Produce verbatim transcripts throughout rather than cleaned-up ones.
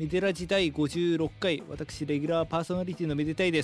メデラジだいごじゅうろっかい、私レギュラーパーソナリティのめでたいです。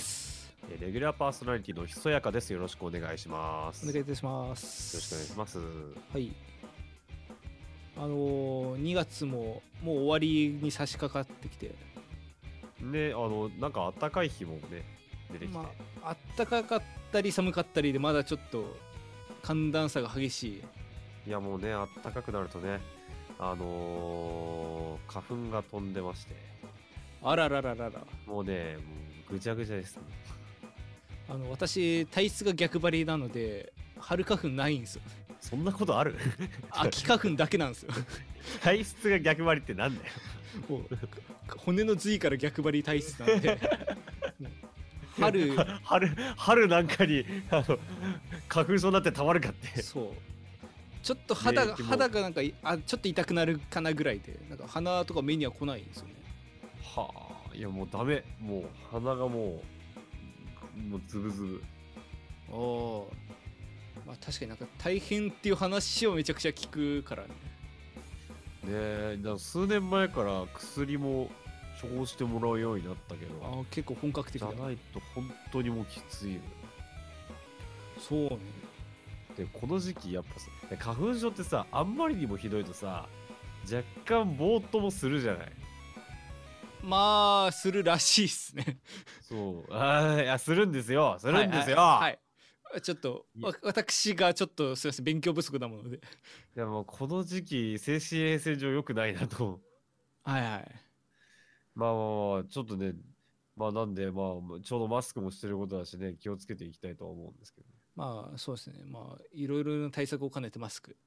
レギュラーパーソナリティのひそやかです。よろしくお願いします。 お願いいたします。 よろしくお願いします。 はい。あのー、にがつももう終わりに差し掛かってきてね、あのなんか暖かい日もね出てきて、 まあ暖かかったり寒かったりでまだちょっと寒暖差が激しい。 いやもうね暖かくなるとね、あのー、花粉が飛んでまして、 あららららら、 もうねもうぐちゃぐちゃです。 あの私体質が逆張りなので春花粉ないんですよ。 そんなことある？ 秋花粉だけなんですよ。 体質が逆張りってなんだよ。 もう骨の髄から逆張り体質なんで春春春なんかにあの花粉症になってたまるかって。 そうちょっと肌が、 ね、 肌がなんかあちょっと痛くなるかなぐらいで、なんか鼻とか目には来ないんですよね。 はあ、いやもうダメ、もう鼻がもうもうズブズブ。 おお、まあ確かになんか大変っていう話をめちゃくちゃ聞くからね。 ねえ、だから数年前から薬も処方してもらうようになったけど、 あ結構本格的だ。 じゃないと本当にもうきつい。 そうね。 でこの時期やっぱさ、花粉症ってさ、あんまりにもひどいとさ、若干ぼーっともするじゃない。 まあするらしいっすね。 そう、ああ、いやするんですよ、するんですよ。 はい、はいはい、ちょっと私がちょっとすいません、勉強不足なもので。 いやもうこの時期精神衛生上良くないなと。 はいはい。 まあまあまあちょっとね、まあなんでまあちょうどマスクもしてることだしね、気をつけていきたいとは思うんですけど、ね、 まあそうですね、まあいろいろな対策を兼ねてマスク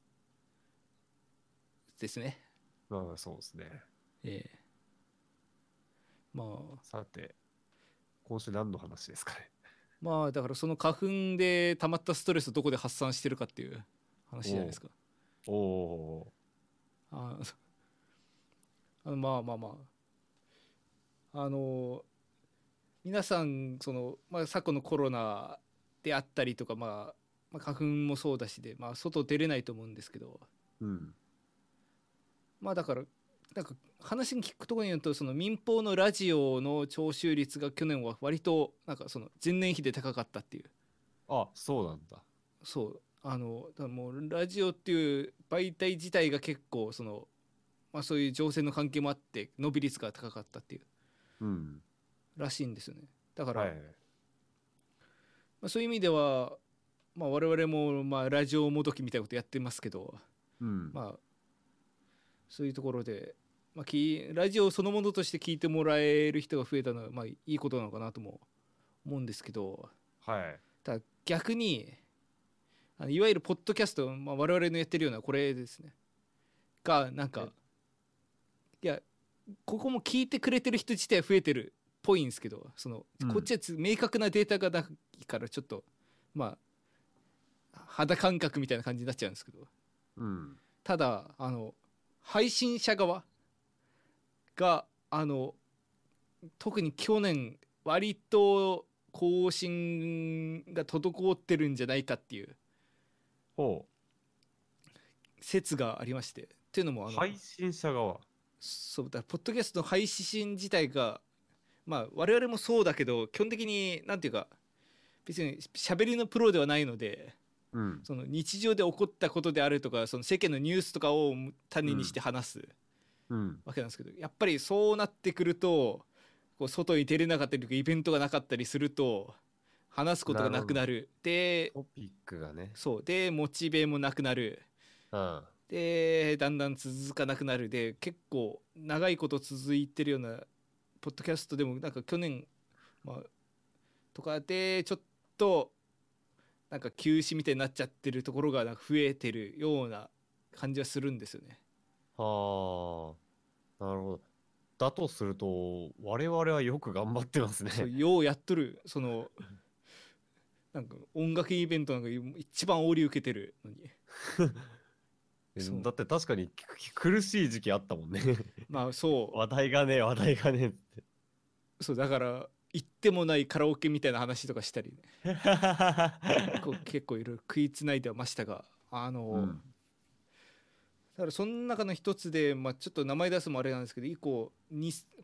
ですね。 まあそうですね。 ええ、まあさて今週何の話ですかね。 まあだからその花粉で溜まったストレスをどこで発散してるかっていう話じゃないですか。 おお。 ああのまあまあまああの皆さんその、まあ、昨今のコロナであったりとか、まあ、まあ花粉もそうだしで、まあ、外出れないと思うんですけど、 うん。 まあだからなんか話に聞くところによると、その民放のラジオの聴取率が去年は割となんかその前年比で高かったっていう。 あ、そうなんだ。 そうあのだからもうラジオっていう媒体自体が結構その、まあ、そういう情勢の関係もあって伸び率が高かったっていううんらしいんですよね。だから、 はい。 まあ、そういう意味では、まあ、我々もまあラジオもどきみたいなことやってますけど、 うん。 まあそういうところで、まあ、きラジオそのものとして聞いてもらえる人が増えたのはまあいいことなのかなとも思うんですけど、 はい。 ただ逆にあのいわゆるポッドキャスト、まあ、我々のやってるようなこれですねがなんか、いやここも聞いてくれてる人自体は増えてるっぽいんですけど、その、うん、こっちは明確なデータがないからちょっとまあ肌感覚みたいな感じになっちゃうんですけど、 うん、 ただあの配信者側があの特に去年割と更新が滞ってるんじゃないかっていう説がありまして、っていうのもあの配信者側、 そうだ、ポッドキャストの配信自体がまあ我々もそうだけど、基本的になんていうか別に喋りのプロではないので、 うん、 その日常で起こったことであるとか、その世間のニュースとかを種にして話すわけなんですけど、やっぱりそうなってくるとこう外に出れなかったりとかイベントがなかったりすると話すことがなくなる。でトピックがね、 そうでモチベもなくなる。 うん、 でだんだん続かなくなる。で結構長いこと続いてるようなポッドキャストでもなんか去年、まあ、とかでちょっとなんか休止みたいになっちゃってるところがなんか増えてるような感じはするんですよね。 はあ、なるほど。だとすると我々はよく頑張ってますね。 そうようやっとる。そのなんか音楽イベントなんか一番煽り受けてるのにだって確かに苦しい時期あったもんね。 まあそう話題がね話題がねって。 そうだから行ってもないカラオケみたいな話とかしたりねこう結構いろいろ食いつないではましたが、あの、うん、だからその中の一つで、まあ、ちょっと名前出すもあれなんですけど、以降に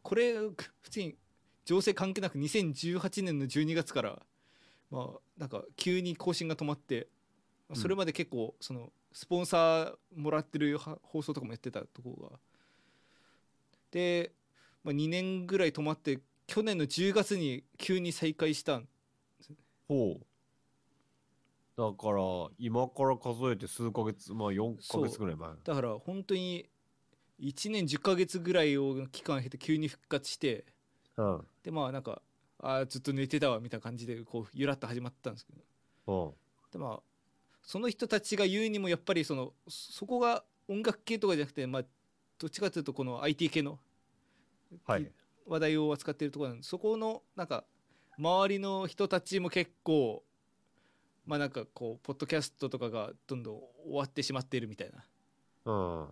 これ普通に情勢関係なくにせんじゅうはちねんのじゅうにがつからまあなんか急に更新が止まって、それまで結構そのスポンサーもらってる放送とかもやってたところがで、まあ、にねんぐらい止まって去年のじゅうがつに急に再開したんですね。 ほう。だから今から数えて数ヶ月、まあよんかげつぐらい前。 だから本当にいちねんじゅっかげつぐらいを期間経て急に復活して、 うん。 でまあなんかあーずっと寝てたわみたいな感じでこうゆらっと始まったんですけど、 うん。 でまあその人たちが言うにもやっぱりそのそこが音楽系とかじゃなくて、まあどっちかというとこの アイティー 系のはい。 話題を扱っているところなんで、そこのなんか周りの人たちも結構まあなんかこうポッドキャストとかがどんどん終わってしまっているみたいなうん。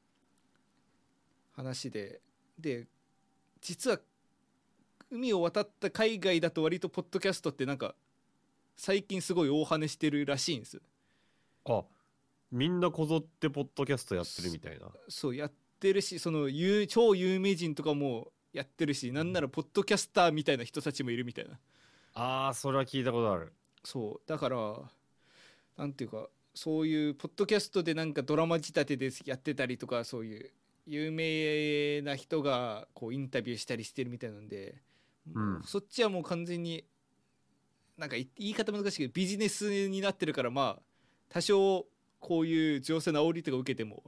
話で、で実は海を渡った海外だと割とポッドキャストってなんか最近すごい大跳ねしてるらしいんです。 あ、みんなこぞってポッドキャストやってるみたいな。 そうやってるし、その有超有名人とかもやってるし、なんならポッドキャスターみたいな人たちもいるみたいな。 ああ、それは聞いたことある。 そうだからなんていうか、そういうポッドキャストでなんかドラマ仕立てでやってたりとか、そういう有名な人がこうインタビューしたりしてるみたいなんで、 うん、 そっちはもう完全になんか言い方難しいけどビジネスになってるから、まあ多少こういう情勢の煽りとか受けても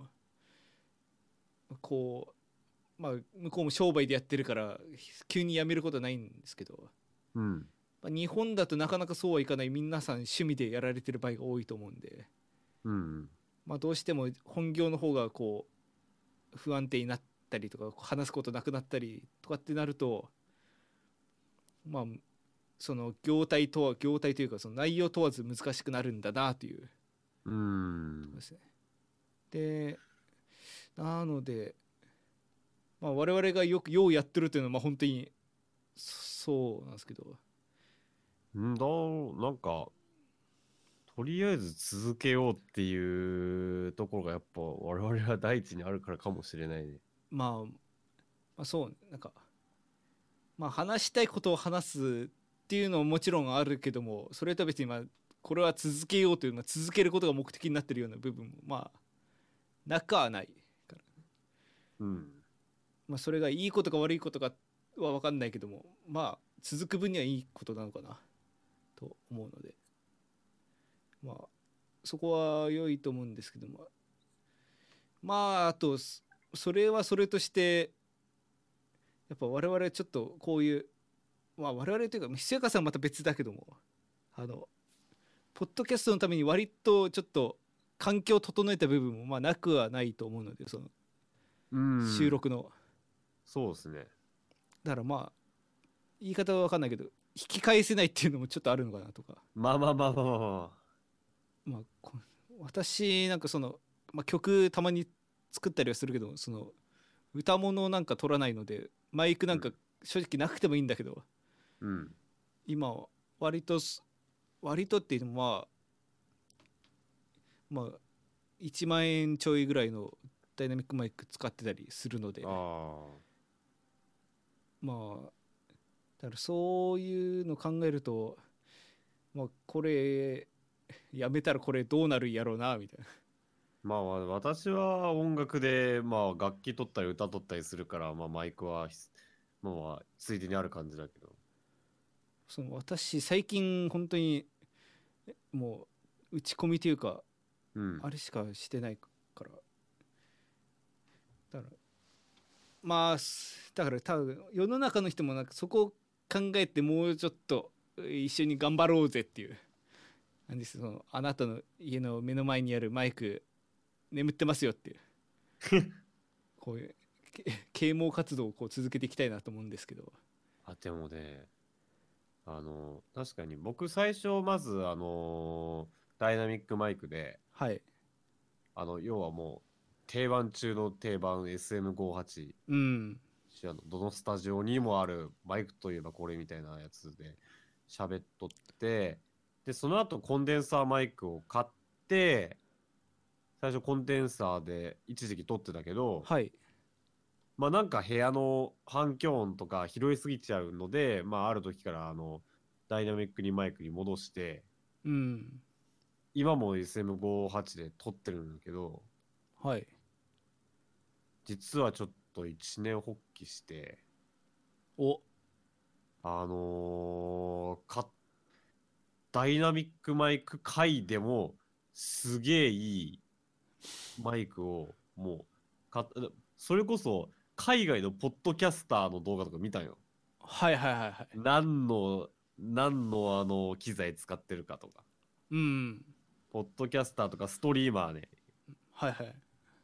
こうまあ向こうも商売でやってるから急にやめることはないんですけど、 うん、 まあ、日本だとなかなかそうはいかない、皆さん趣味でやられてる場合が多いと思うんで、 うん、 まあ、どうしても本業の方がこう不安定になったりとか話すことなくなったりとかってなると、まあその業態とは業態というかその内容問わず難しくなるんだなといううん、 ですね。でなので、まあ、我々がよくようやってるというのはまあ本当にそうなんですけど、 んだ、なんか、とりあえず続けようっていうところがやっぱ我々は第一にあるからかもしれないね。 まあ、まあそうなんかまあ話したいことを話すっていうのももちろんあるけども、それとは別にまあこれは続けようというのは続けることが目的になってるような部分もまあなくはないから、 うん。 まあそれがいいことか悪いことかは分かんないけども、まあ続く分にはいいことなのかなと思うので、まあそこは良いと思うんですけども、まああとそれはそれとしてやっぱ我々ちょっとこういうまあ我々というかひそやかさんはまた別だけども、あのポッドキャストのために割とちょっと環境を整えた部分もまあなくはないと思うので、そのうん、 収録の、 そうですね。 だからまあ言い方は分かんないけど引き返せないっていうのもちょっとあるのかなとか、 まあまあまあまあまあまあ。 まあこ私なんかその、まあ、曲たまに作ったりはするけど、その歌物なんか取らないのでマイクなんか正直なくてもいいんだけど、 うん。 今割と割とっていうのもまあまあいちまん円ちょいぐらいのダイナミックマイク使ってたりするので、 ああ。 まあだからそういうの考えると、まあこれやめたらこれどうなるんやろうなみたいな。 まあ私は音楽でまあ楽器取ったり歌取ったりするからまあマイクはまあまあついでにある感じだけど。 その私最近本当にもう打ち込みというかうん。 あれしかしてないから、だからまあだから多分世の中の人もなんかそこを考えてもうちょっと一緒に頑張ろうぜっていうなんです。そのあなたの家の目の前にあるマイク眠ってますよっていうこういう啓蒙活動をこう続けていきたいなと思うんですけど。 あ、でもね、あの、確かに僕最初まずあのダイナミックマイクで、 はい。 あの、要はもう定番中の定番 エスエムごじゅうはち、 うん。 あのどのスタジオにもあるマイクといえばこれみたいなやつで喋っとって、で、その後コンデンサーマイクを買って、最初コンデンサーで一時期撮ってたけど、 はい。 まあなんか部屋の反響音とか拾いすぎちゃうので、まあある時からあのダイナミックにマイクに戻して、 うん。 今も エスエムごじゅうはち で撮ってるんだけど、 はい。 実はちょっと一年発起して、 お、 あのーか、ダイナミックマイク界でもすげえいいマイクをもうか、それこそ海外のポッドキャスターの動画とか見たよ。 はいはいはいはい。 何の、何のあの機材使ってるかとか。 うん。 ポッドキャスターとかストリーマーね。 はいはい。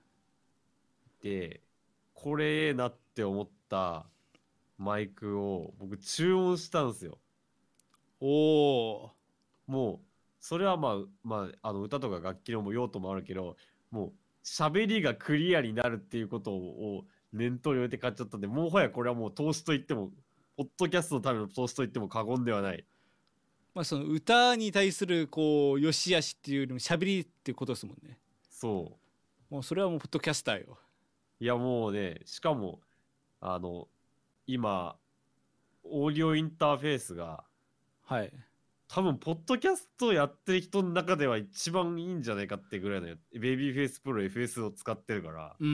で、これええなって思ったマイクを僕注文したんですよ。 おお。 もう、それはまあ、まあ、あの歌とか楽器の用途もあるけど、もう、喋りがクリアになるっていうことを念頭に置いて買っちゃったんで、もはやこれはもう投資と言っても、ポッドキャストのための投資と言っても過言ではない。 まあその歌に対するこう良し悪しっていうよりも喋りっていうことですもんね。 そもうそれはもうポッドキャスターよ。 う。いやもうね、しかも、あの、今、オーディオインターフェースが、 はい。 多分、ポッドキャストやってる人の中では一番いいんじゃないかってぐらいのベイビーフェイスプロ エフエス を使ってるから、 うん。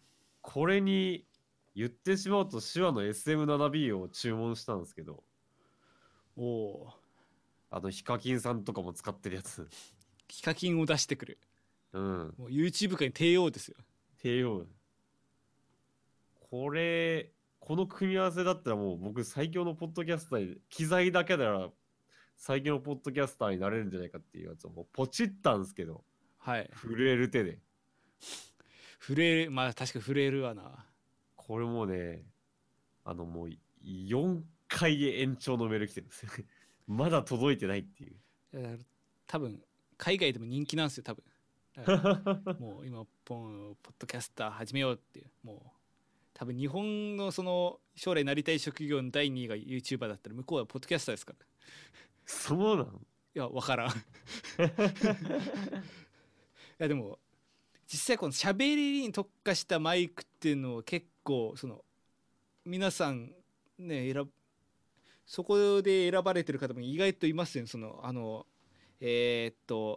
これに言ってしまうと手話の エスエムセブンビー を注文したんですけど、 おお。 あのヒカキンさんとかも使ってるやつ。 ヒカキンを出してくる。 うん。 もう YouTube 界に帝王ですよ。 帝王。これ、この組み合わせだったらもう僕最強のポッドキャスターに、機材だけなら最強のポッドキャスターになれるんじゃないかっていうやつをもうポチったんですけど、 はい。 震える手で。 震える、まあ確か震えるわな。 これもうね、あのもうよんかい延長のメール来てるんですよ。まだ届いてないっていう。 だから多分海外でも人気なんですよ多分。だからもう今ポンポッドキャスター始めようっていうもう多分日本のその将来なりたい職業のだいにいが YouTuber だったら向こうはポッドキャスターですから。 そうなの？ いや分からん。いやでも実際この喋りに特化したマイクっていうのは結構その皆さんね選そこで選ばれてる方も意外といますよね。そのあのえーっと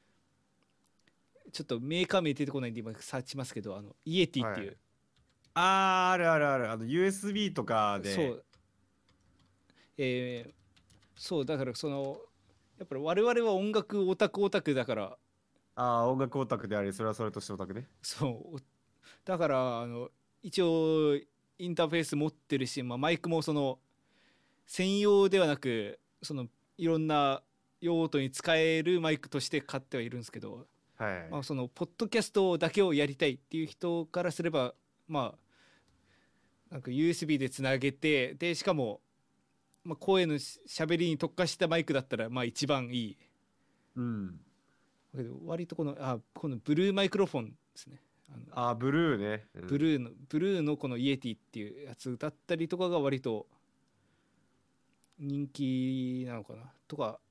ちょっとメーカー名出てこないんで今サーチしますけど、あのイエティってはい。 いう、 あー、あるあるある。あの ユーエスビー とかで、 そう、えーそうだからそのやっぱり我々は音楽オタクオタクだから、 ああ、音楽オタクであり、それはそれとしてオタクね。 そうだからあの一応インターフェース持ってるし、まあ、マイクもその専用ではなくそのいろんな用途に使えるマイクとして買ってはいるんですけど、 はい。 まあ、そのポッドキャストだけをやりたいっていう人からすればまあなんか ユーエスビー でつなげて、でしかも、まあ、声のしゃべりに特化したマイクだったらまあ一番いいうん。 けど、割とこのあこのブルーマイクロフォンですね。あのああ、ブルーね。うん。 ブルーのブルーのこのイエティっていうやつだったりとかが割と人気なのかなとか、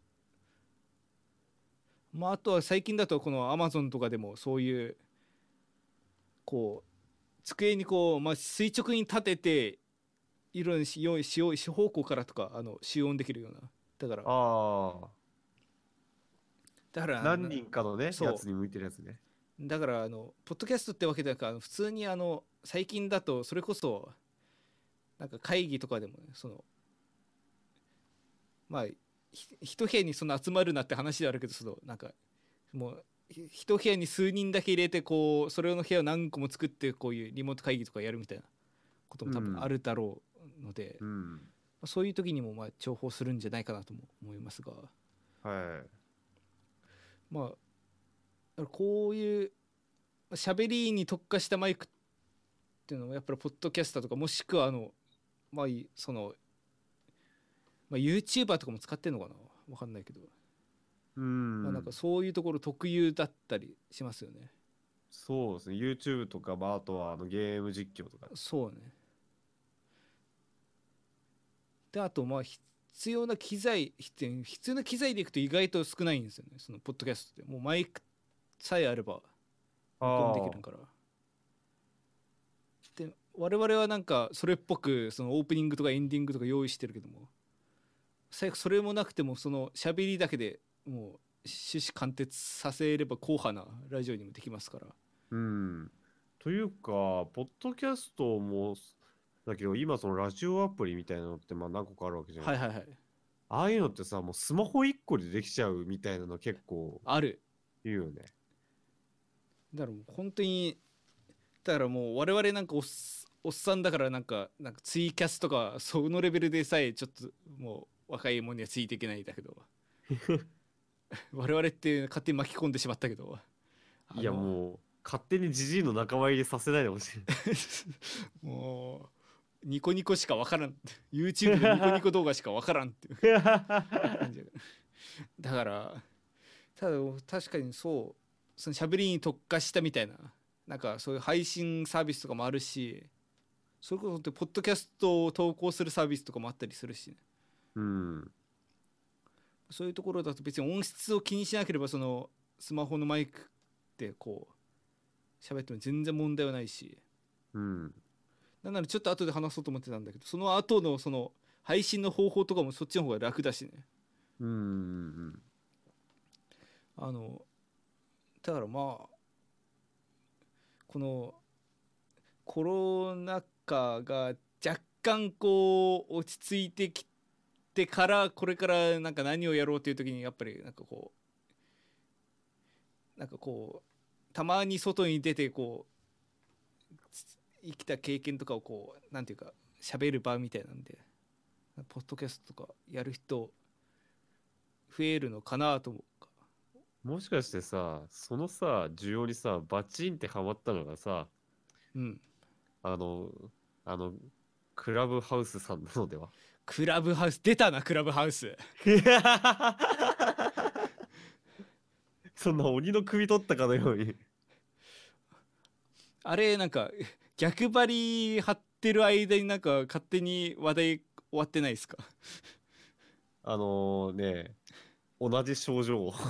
まあ、あとは最近だとこのアマゾンとかでもそういうこう机にこう、まあ、垂直に立てていろんな使用使用四方向からとかあの使用できるような、だからああ、 だからな何人かのね、やそつに向いてるやつね。 うだからあのポッドキャストってわけだから普通にあの最近だとそれこそなんか会議とかでもねそのまあひ一部屋にその集まるなって話であるけど、そのなんかもうひ一部屋に数人だけ入れてこうそれの部屋を何個も作ってこういうリモート会議とかやるみたいなことも多分あるだろうので、 うん。 そういう時にもまあ重宝するんじゃないかなとも思いますが、 はい。 まあこういう喋りに特化したマイクっていうのはやっぱりポッドキャスターとかもしくはあのまあその、まあ、YouTuber とかも使ってんのかなわかんないけど、 うまあ、なんかん。 そういうところ特有だったりしますよね。 そうですね。YouTube とか、まあ、あとはあのゲーム実況とか。 そうね。であとまあ必要な機材必要必要な機材でいくと意外と少ないんですよね。そのポッドキャストってもうマイクさえあれば録音できああ、 るから。で我々はなんかそれっぽくそのオープニングとかエンディングとか用意してるけども、最悪それもなくてもその喋りだけでもう趣旨貫徹させれば硬派なラジオにもできますから。 うんというかポッドキャストもだけど今そのラジオアプリみたいなのってまあ何個かあるわけじゃない。 はいはいはい。 ああいうのってさもうスマホいっこでできちゃうみたいなの結構ある。 言うよね。 だからもう本当にだからもう我々なんかおっおっさんだからなんかなんかツイキャスとかそのレベルでさえちょっともう若い者にはついていけないんだけど我々って勝手に巻き込んでしまったけど、 いやもう勝手にジジイの仲間入りさせないでほしいもうニコニコしかわからんYouTube でニコニコ動画しかわからんっていう感じだから、ただ確かにそうそのしゃべりに特化したみたいななんかそういう配信サービスとかもあるし、それこそってポッドキャストを投稿するサービスとかもあったりするし、ね、 うんそういうところだと別に音質を気にしなければそのスマホのマイクでこう喋っても全然問題はないし、 うんなんならちょっと後で話そうと思ってたんだけど、その後のその配信の方法とかもそっちの方が楽だしね。 うんうんあのだからまあこのコロナ禍が若干こう落ち着いてきてからこれからなんか何をやろうという時にやっぱりなんかこうなんかこうたまに外に出てこう生きた経験とかをこうなんていうか喋る場みたいなんでポッドキャストとかやる人増えるのかなと思うか。 もしかしてさそのさ需要にさバチンってハマったのがさ、 うん、 あのあのクラブハウスさんなのでは。 クラブハウス出たな。クラブハウスそんな鬼の首取ったかのようにあれなんか逆張り張ってる間になんか勝手に話題終わってないですか？ あのね同じ症状を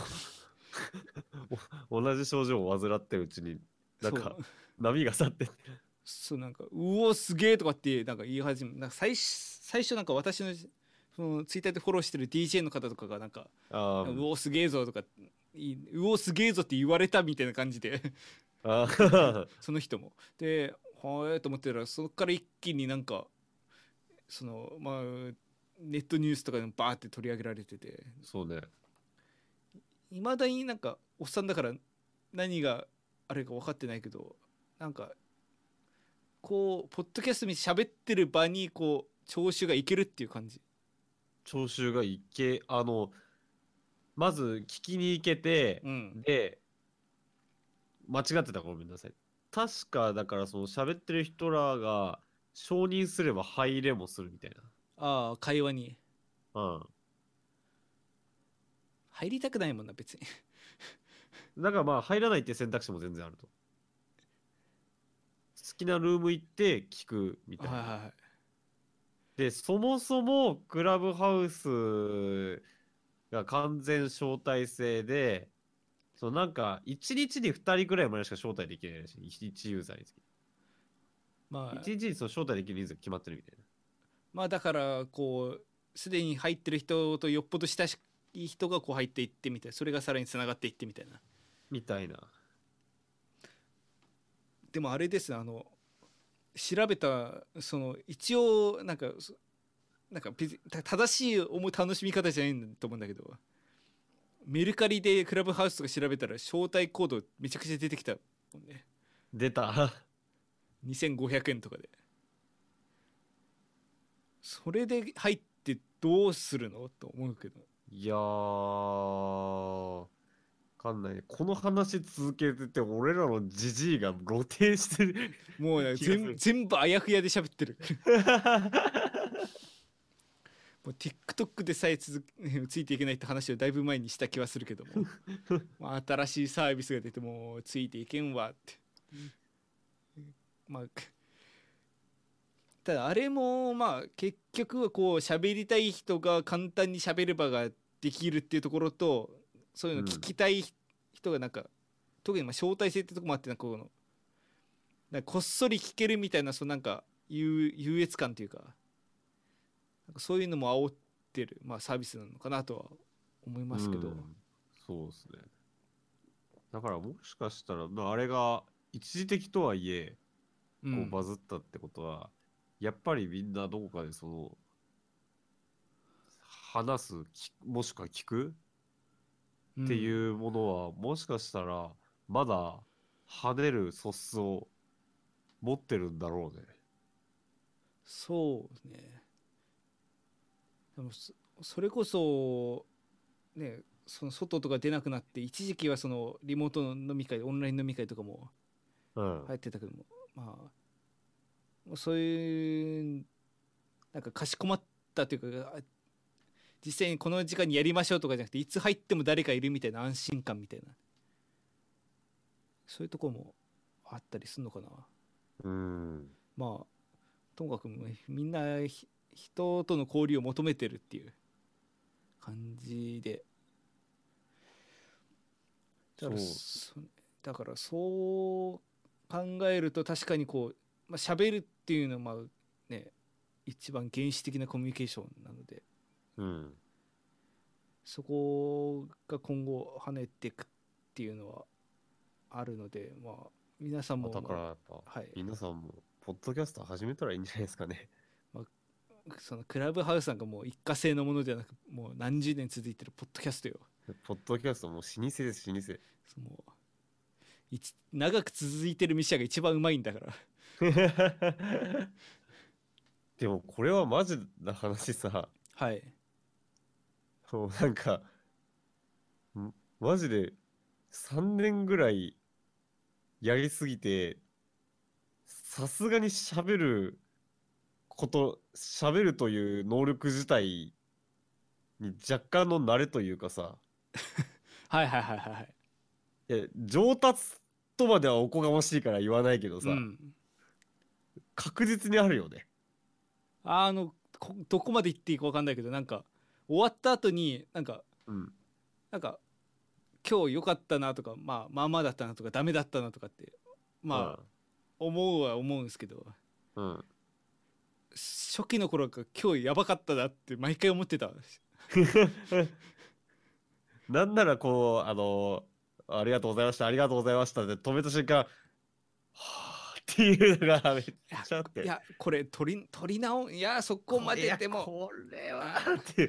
同じ症状を患ってるうちになんか波が去ってってる。 そうなんかうおすげえとかってなんか言い始めなんか最最初なんか私のそのツイッターでフォローしてる ディージェー の方とかがなんかあうおすげえぞとかうおすげえぞって言われたみたいな感じであその人もではえと思ってたらそこから一気になんかそのまあネットニュースとかでもバーって取り上げられてて、 そうねいまだになんかおっさんだから何があれか分かってないけどなんかこうポッドキャストに喋ってる場にこう聴衆がいけるっていう感じ。 聴衆がいけあのまず聞きに行けて、 うん、 で間違ってたらごめんなさい。確かだからその喋ってる人らが承認すれば入れもするみたいああ会話にな。うん入りたくないもんな別にだからまあ入らないって選択肢も全然あると。好きなルーム行って聞くみたいな。 はいはいはい。 でそもそもクラブハウスが完全招待制で、そうなんかいちにちにふたりぐらいまでしか招待できないらしい。いちユーザーにつき。 まあいちにちにその招待できる人数が決まってるみたいな。 まあだからこうすでに入ってる人とよっぽど親しい人がこう入っていってみたいな、それがさらにつながっていってみたいな。 みたいな。 でもあれですね、あの調べたその一応なんかなんか別正しい思う楽しみ方じゃないと思うんだけど、メルカリでクラブハウスとか調べたら招待コードめちゃくちゃ出てきたもんね。 出たにせんごひゃくえんとかで。それで入ってどうするのと思うけど。 いやーわかんないね。この話続けてて俺らのジジイが露呈してるもう、ね、 気がする全全部あやふやで喋ってるもう TikTok でさえ続ついていけないって話をだいぶ前にした気はするけどもまあ新しいサービスが出てもついていけんわってまあただあれもまあ結局はこう喋りたい人が簡単に喋る場ができるっていうところと、そういうの聞きたい人がなんか、うん、特にまあ招待制ってとこもあってなんかこのなんかこっそり聞けるみたいな、そのなんか優優越感というか、なんかそういうのも煽ってる、まあ、サービスなのかなとは思いますけど、 うん、そうですね。だからもしかしたら、まあ、あれが一時的とはいえ、 うん、 こうバズったってことは、やっぱりみんなどこかでその、話す、聞もしくは聞くっていうん、 うものは、もしかしたら、まだ跳ねる素質を持ってるんだろうね。 そうね。でもそそれこそね、その外とか出なくなって、一時期はそのリモートの飲み会、オンライン飲み会とかもうん。 流行ってたけども、まあそういうなんかかしこまったというか、実際にこの時間にやりましょうとかじゃなくて、いつ入っても誰かいるみたいな安心感みたいな、そういうとこもあったりするのかな。 うん。 まあともかくみんな人との交流を求めてるっていう感じで、だからそう。 そだからそう考えると、確かにこう、まあ、喋るっていうのはまあね、一番原始的なコミュニケーションなので、 うん。 そこが今後跳ねていくっていうのはあるので、まあ皆さんあ、 もまだからやっぱ、 あはい、 皆さんも、ポッドキャスト始めたらいいんじゃないですかね。 まあ、そのクラブハウスなんかもう一過性のものではなく、もう何十年続いてるポッドキャストよ。 ポッドキャストもう老舗です、老舗。 もう一長く続いてる店が一番うまいんだから。 でもこれはマジな話さ、 はい。 もうなんか、んマジでさんねんぐらいやりすぎて、さすがに喋ること、喋るという能力自体に若干の慣れというかさ、 はいはいはいはいはい。 いや上達とまではおこがましいから言わないけどさ、 うん。 確実にあるよね。 あのこどこまで行っていいか分かんないけど、なんか終わった後になんかうん。 なんか今日良かったなとか、まあまあまあだったなとかダメだったなとかってまあうん。 思うは思うんですけど、 うん。 初期の頃が今日やばかったなって毎回思ってた。 なんならこう、あの、ありがとうございました、ありがとうございましたって止めた瞬間、はぁっていうのがめっいやちゃあって、 いやこれ取り取り直いやそこまこいや、 ででもこれはあっていう。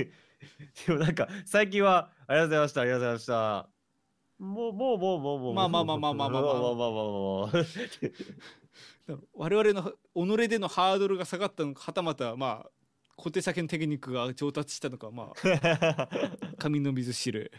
でもなんか、最近は、ありがとうございました、ありがとうございました。もう、もう、もう、もう、もう、 まあまあまあもう、もう、 まあまあまあまあもう、もう、もう、もう、も我々の己でのハードルが下がったのか、はたまたまあ小手先のテクニックが上達したのか、まあ紙の水汁。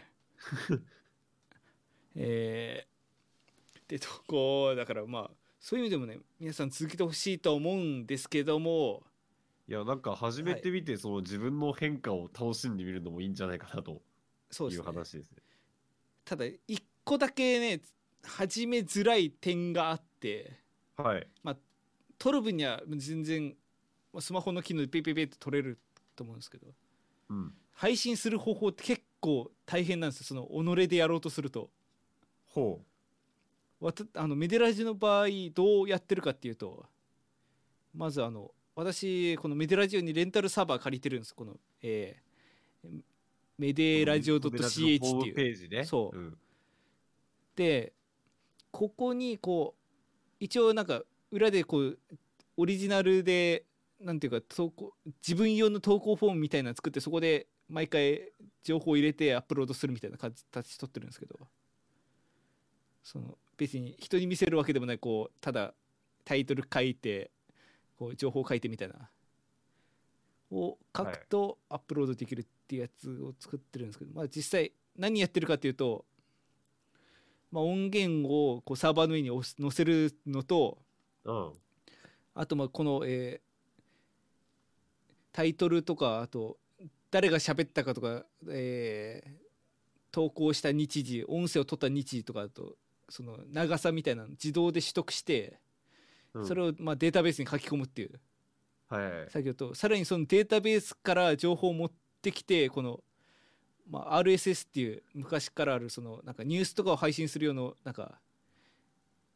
えー、でとこだからまあそういう意味でもね、皆さん続けてほしいと思うんですけども、 いや、なんか始めはい、 てみて、その自分の変化を楽しんでみるのもいいんじゃないかなというそうですね。 話ですね。 ただ一個だけね始めづらい点があって、 はい。 まあ撮る分には全然スマホの機能でペイペイペイって撮れると思うんですけど、 うん。 配信する方法って結構大変なんですよ。その己でやろうとすると。 ほわたあのメデラジの場合どうやってるかっていうと、まずあの私このメデラジオにレンタルサーバー借りてるんです。この、えーメう。こデラジオのメメラジのホ .ch っームていう、 ページね。 そううん。 でここにこう一応なんか裏でこうオリジナルでなんていうか投稿自分用の投稿フォームみたいなの作って、そこで毎回情報を入れてアップロードするみたいな形取ってるんですけど、その別に人に見せるわけでもない、こうただタイトル書いてこう情報書いてみたいなを書はい。 くとアップロードできるっていうやつを作ってるんですけど、まあ、実際何やってるかっていうと、まあ、音源をこうサーバーの上に載せるのと、 うん。 あとまあこの、えータイトルとか、あと誰が喋ったかとか、えー投稿した日時、音声を取った日時とか、あとその長さみたいなの自動で取得して、 うん。 それをまあデータベースに書き込むっていうはい。 作業と、さらにそのデータベースから情報を持ってきて、この、まあ、アールエスエス っていう昔からあるそのなんかニュースとかを配信するようななんか、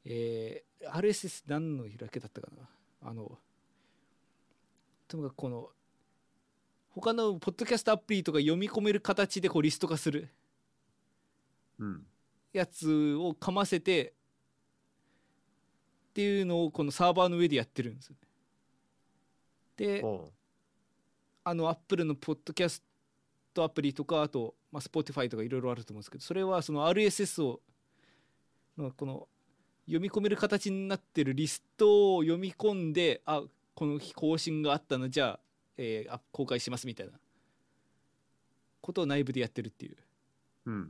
えー、アールエスエス 何の開けだったかな。あのともかくこの他のポッドキャストアプリとか読み込める形でこうリスト化するうん。 やつをかませてっていうのをこのサーバーの上でやってるんですよね。で、 おうあの Apple のポッドキャストアプリとかあと、まあ、Spotify とかいろいろあると思うんですけど、それはその アールエスエス をのこの読み込める形になってるリストを読み込んで、あ、この日更新があったのじゃあ、えーあ公開しますみたいなことを内部でやってるっていううん。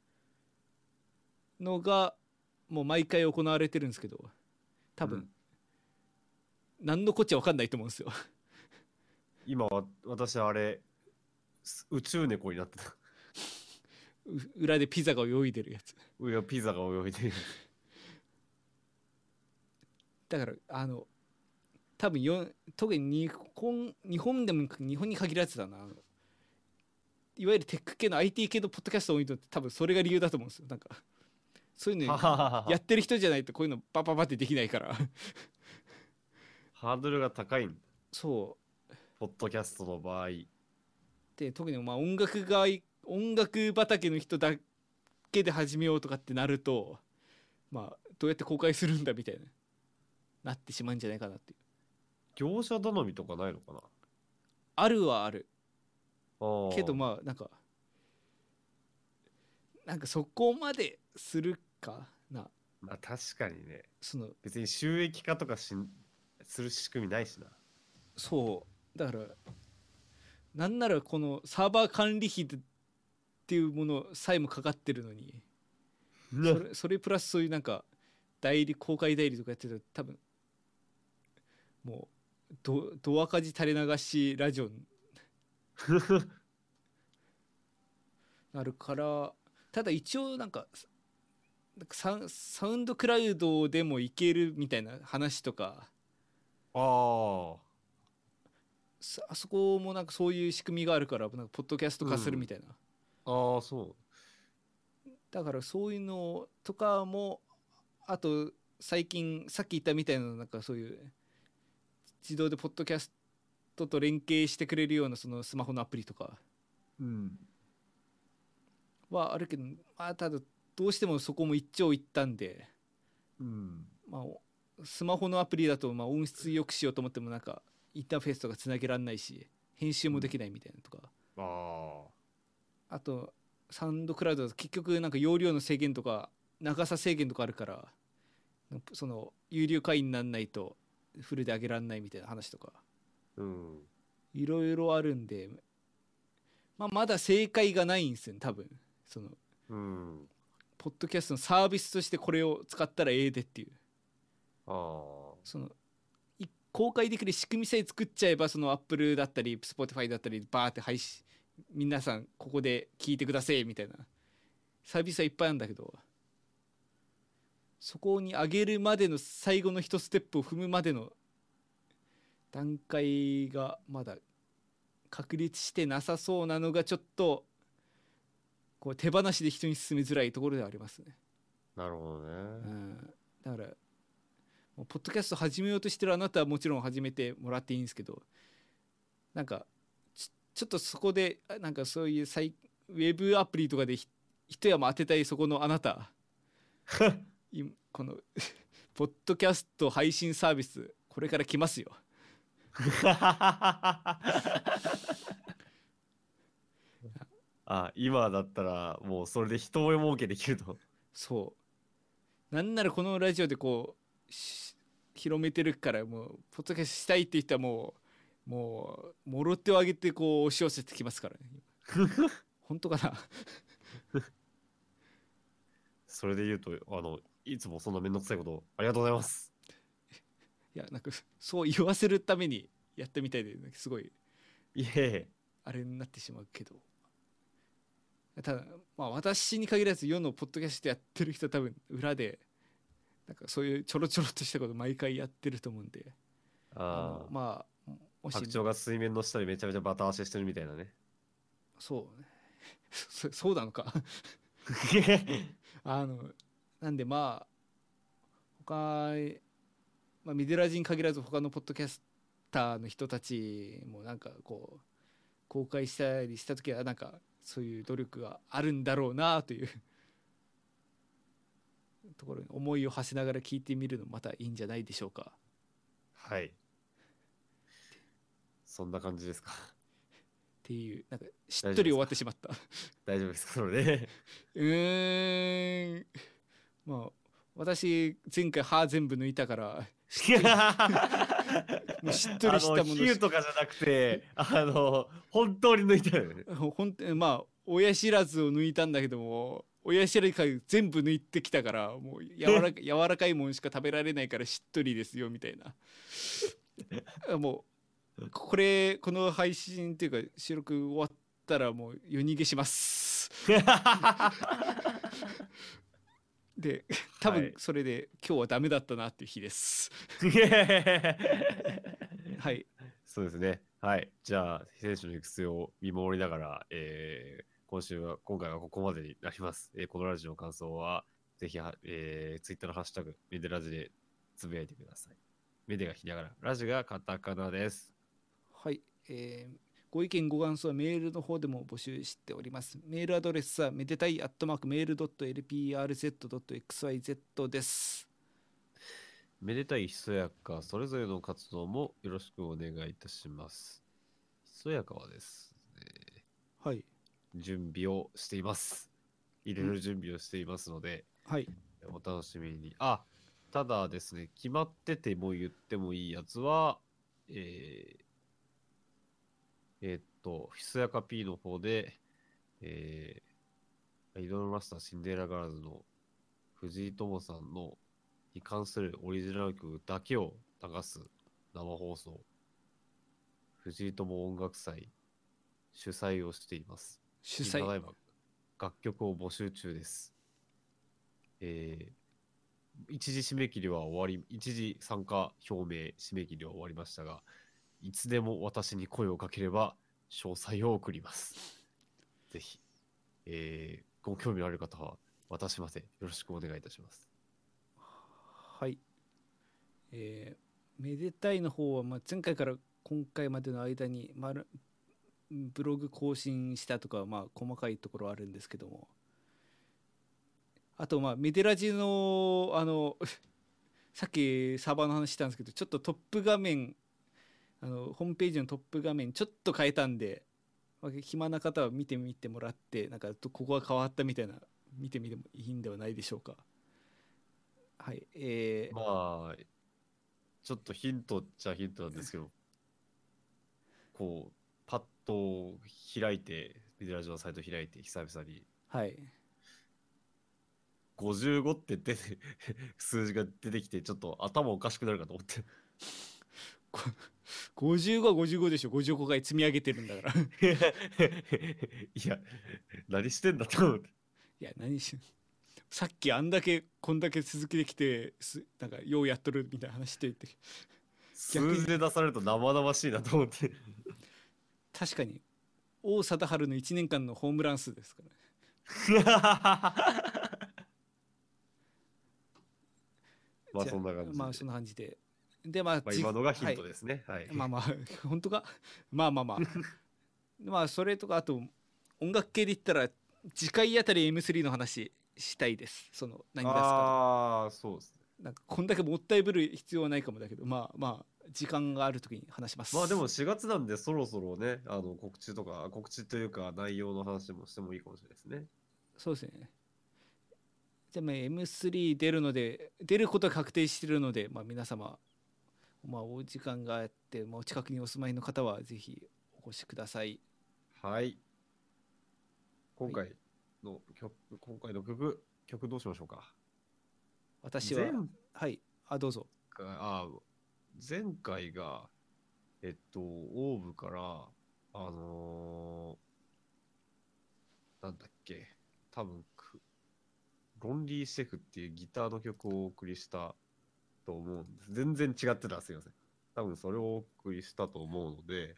のがもう毎回行われてるんですけど、多分、 うん何のこっちゃ分かんないと思うんですよ。 今は私あれす宇宙猫になってた。 う裏でピザが泳いでるやつ上はピザが泳いでる。 だからあの多分よ特に日本日本でも日本に限らずだな、あのいわゆるテック系の アイティー 系のポッドキャスト多いのって多分それが理由だと思うんですよ。なんかそういうのやってる人じゃないとこういうのバババってできないからハードルが高いんだ。 そうポッドキャストの場合。 で特にまあ音楽が音楽畑の人だけで始めようとかってなると、まあどうやって公開するんだみたいななってしまうんじゃないかなっていう。 業者頼みとかないのかな。 あるはあるあーけど、まあなんかなんかそこまでするかな。 まあ確かにね。 その別に収益化とかしんする仕組みないしな。 そうだからなんならこのサーバー管理費っていうものさえもかかってるのに、それそれプラスそういうなんか代理公開代理とかやってたら多分もうどど赤字垂れ流しラジオになるから、ただ一応なんかなんかササウンドクラウドでもいけるみたいな話とか、 あさあそこもなんかそういう仕組みがあるからなんかポッドキャスト化するみたいな、 あああそだからそういうのとかも、あと最近さっき言ったみたいななんかそういう自動でポッドキャストと連携してくれるようなそのスマホのアプリとかう。うん。 はあるけど、まあただどうしてもそこも一長一短で、 うん。 まあスマホのアプリだとまあ音質良くしようと思ってもなんかインターフェースとかつなげられないし編集もできないみたいなとか、 ああ。 あとサウンドクラウドだと結局なんか容量の制限とか長さ制限とかあるから、その有料会員にならないとフルで上げられないみたいな話とかうん。 いろいろあるんで、まあ、まだ正解がないんですよね多分。そのうん。 ポッドキャストのサービスとしてこれを使ったらええでっていう、 ああ。 そのい公開できる仕組みさえ作っちゃえば、その Apple だったり Spotify だったりバーって配信皆さんここで聞いてくださいみたいなサービスはいっぱいあるんだけど、そこに上げるまでの最後の一ステップを踏むまでの段階がまだ確立してなさそうなのがちょっとこう手放しで人に進めづらいところではありますね。 なるほどね。 うん、だからもうポッドキャスト始めようとしてるあなたはもちろん始めてもらっていいんですけど、なんかちちょっとそこでなんかそういうサイウェブアプリとかでひ一山当てたいそこのあなたいこのポッドキャスト配信サービスこれから来ますよ。 あ、今だったらもうそれで人儲けできると。 そうなんならこのラジオでこう広めてるからもうポッドキャストしたいって言ったらもうもうもろ手を挙げてこう押し寄せてきますからね。本当かな。 それで言うと、あの、いつもそんなめんどくさいことありがとうございます。 いやなんかそう言わせるためにやってみたいで、すごいいえ。 あれになってしまうけど、ただまあ私に限らず世のポッドキャストやってる人は多分裏でなんかそういうちょろちょろっとしたこと毎回やってると思うんで、 ああ。 まあもし白鳥が水面の下でめちゃめちゃバタ足してるみたいなね。 そうねそそうなのかあのなんでまあ他、まあ、ミデラジに限らず他のポッドキャスターの人たちもなんかこう公開したりした時はなんかそういう努力があるんだろうなというところに思いを馳せながら聞いてみるのもまたいいんじゃないでしょうか。 はいそんな感じですか。 っていうなんかしっとり終わってしまった。 大丈夫ですかそれでうーんまあ私前回歯全部抜いたからもうしっとりしたものあの比喩とかじゃなくてあの本当に抜いたよね。 本当にまあ親知らずを抜いたんだけども親知らず全部抜いてきたからもう柔らか柔らかいもんしか食べられないからしっとりですよみたいなもうこれこの配信っていうか収録終わったらもう夜逃げしますで多分それで今日はダメだったなっていう日ですはいそうですね。はいじゃあ選手の育成を見守りながら、えー、今週は今回はここまでになります、えー、このラジオの感想はぜひ、えー、ツイッターのハッシュタグメデラジでつぶやいてください。メデがひながらラジがカタカナです。 はい、えー、ご意見ご感想はメールの方でも募集しております。メールアドレスはめでたいアットマークメールドットエルピーアールゼットドットエックスワイゼット です。 めでたいひそやかそれぞれの活動もよろしくお願いいたします。ひそやかはですね、 はい、 準備をしています。入れる準備をしていますので、 はい、 お楽しみに。あ、ただですね、決まってても言ってもいいやつは、えー、えー、っと、ひそやか P の方で、えー、アイドルマスターシンデレラガールズの藤井友さんのに関するオリジナル曲だけを流す生放送、藤井友音楽祭主催をしています。 主催。 ただいま楽曲を募集中です。えー、一時締め切りは終わり、一時参加表明締め切りは終わりましたが、いつでも私に声をかければ詳細を送ります。ぜひ、えー、ご興味のある方は私までよろしくお願いいたします。 はい。えー、めでたいの方は、まあ、前回から今回までの間に、まあ、ブログ更新したとか、まあ、細かいところあるんですけども、あとまあメデラジのあのさっきサーバーの話したんですけど、ちょっとトップ画面あのホームページのトップ画面ちょっと変えたんで、まあ、暇な方は見てみてもらって、なんかここが変わったみたいな見てみてもいいんではないでしょうか。はい、えー、 まあちょっとヒントっちゃヒントなんですけど、こうパッと開いてビデラジオのサイト開いて久々に、 はい、 ごじゅうごって出て数字が出てきてちょっと頭おかしくなるかと思ってごじゅうごはごじゅうごでしょ。ごじゅうごかい積み上げてるんだからいや何してんだと思って。 や何しさっきあんだけこんだけ続きできてすなんかようやっとるみたいな話していて、 数字で出されると生々しいなと思って確かに王貞治のいちねんかんのホームラン数ですからねまあそんな感じで、 まあそんな感じででまあ、 まあ、今のがヒントですね。はい。はい、 まあまあ本当かまあまあまあまあそれとか、あと音楽系で言ったら次回あたり エムスリー の話したいです。その何出すかとか。 ああそうですね。 なんかこんだけもったいぶる必要はないかもだけど、まあまあ時間がある時に話します。 まあでもしがつなんでそろそろね、あの告知とか告知というか内容の話もしてもいいかもしれないですね。 そうですね。じゃあまあ エムスリー 出るので出ることが確定しているので、まあ、皆様、まあ、お時間があって、まあ、お近くにお住まいの方はぜひお越しください。 はい。今回の曲、はい、今回の曲曲どうしましょうか。 私ははいあどうぞ。 あ前回がえっとオーブからあのー、なんだっけ多分ロンリーシェフっていうギターの曲をお送りしたと思うんです。全然違ってたらすいません。多分それをお送りしたと思うので、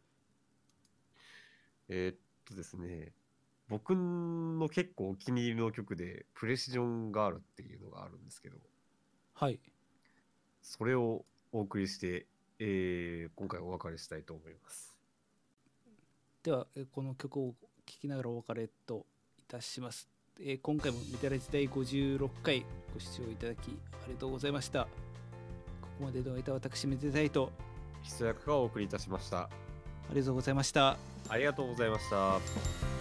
えー、っとですね、僕の結構お気に入りの曲でプレシジョンガールっていうのがあるんですけど、 はいそれをお送りして、えー今回お別れしたいと思います。 ではえーこの曲を聴きながらお別れといたします。えー今回もメタラジ第ごじゅうろっかいご視聴いただきありがとうございました。ここまでの間私メタタイとひそやかがお送りいたしました。 ありがとうございました。 ありがとうございました。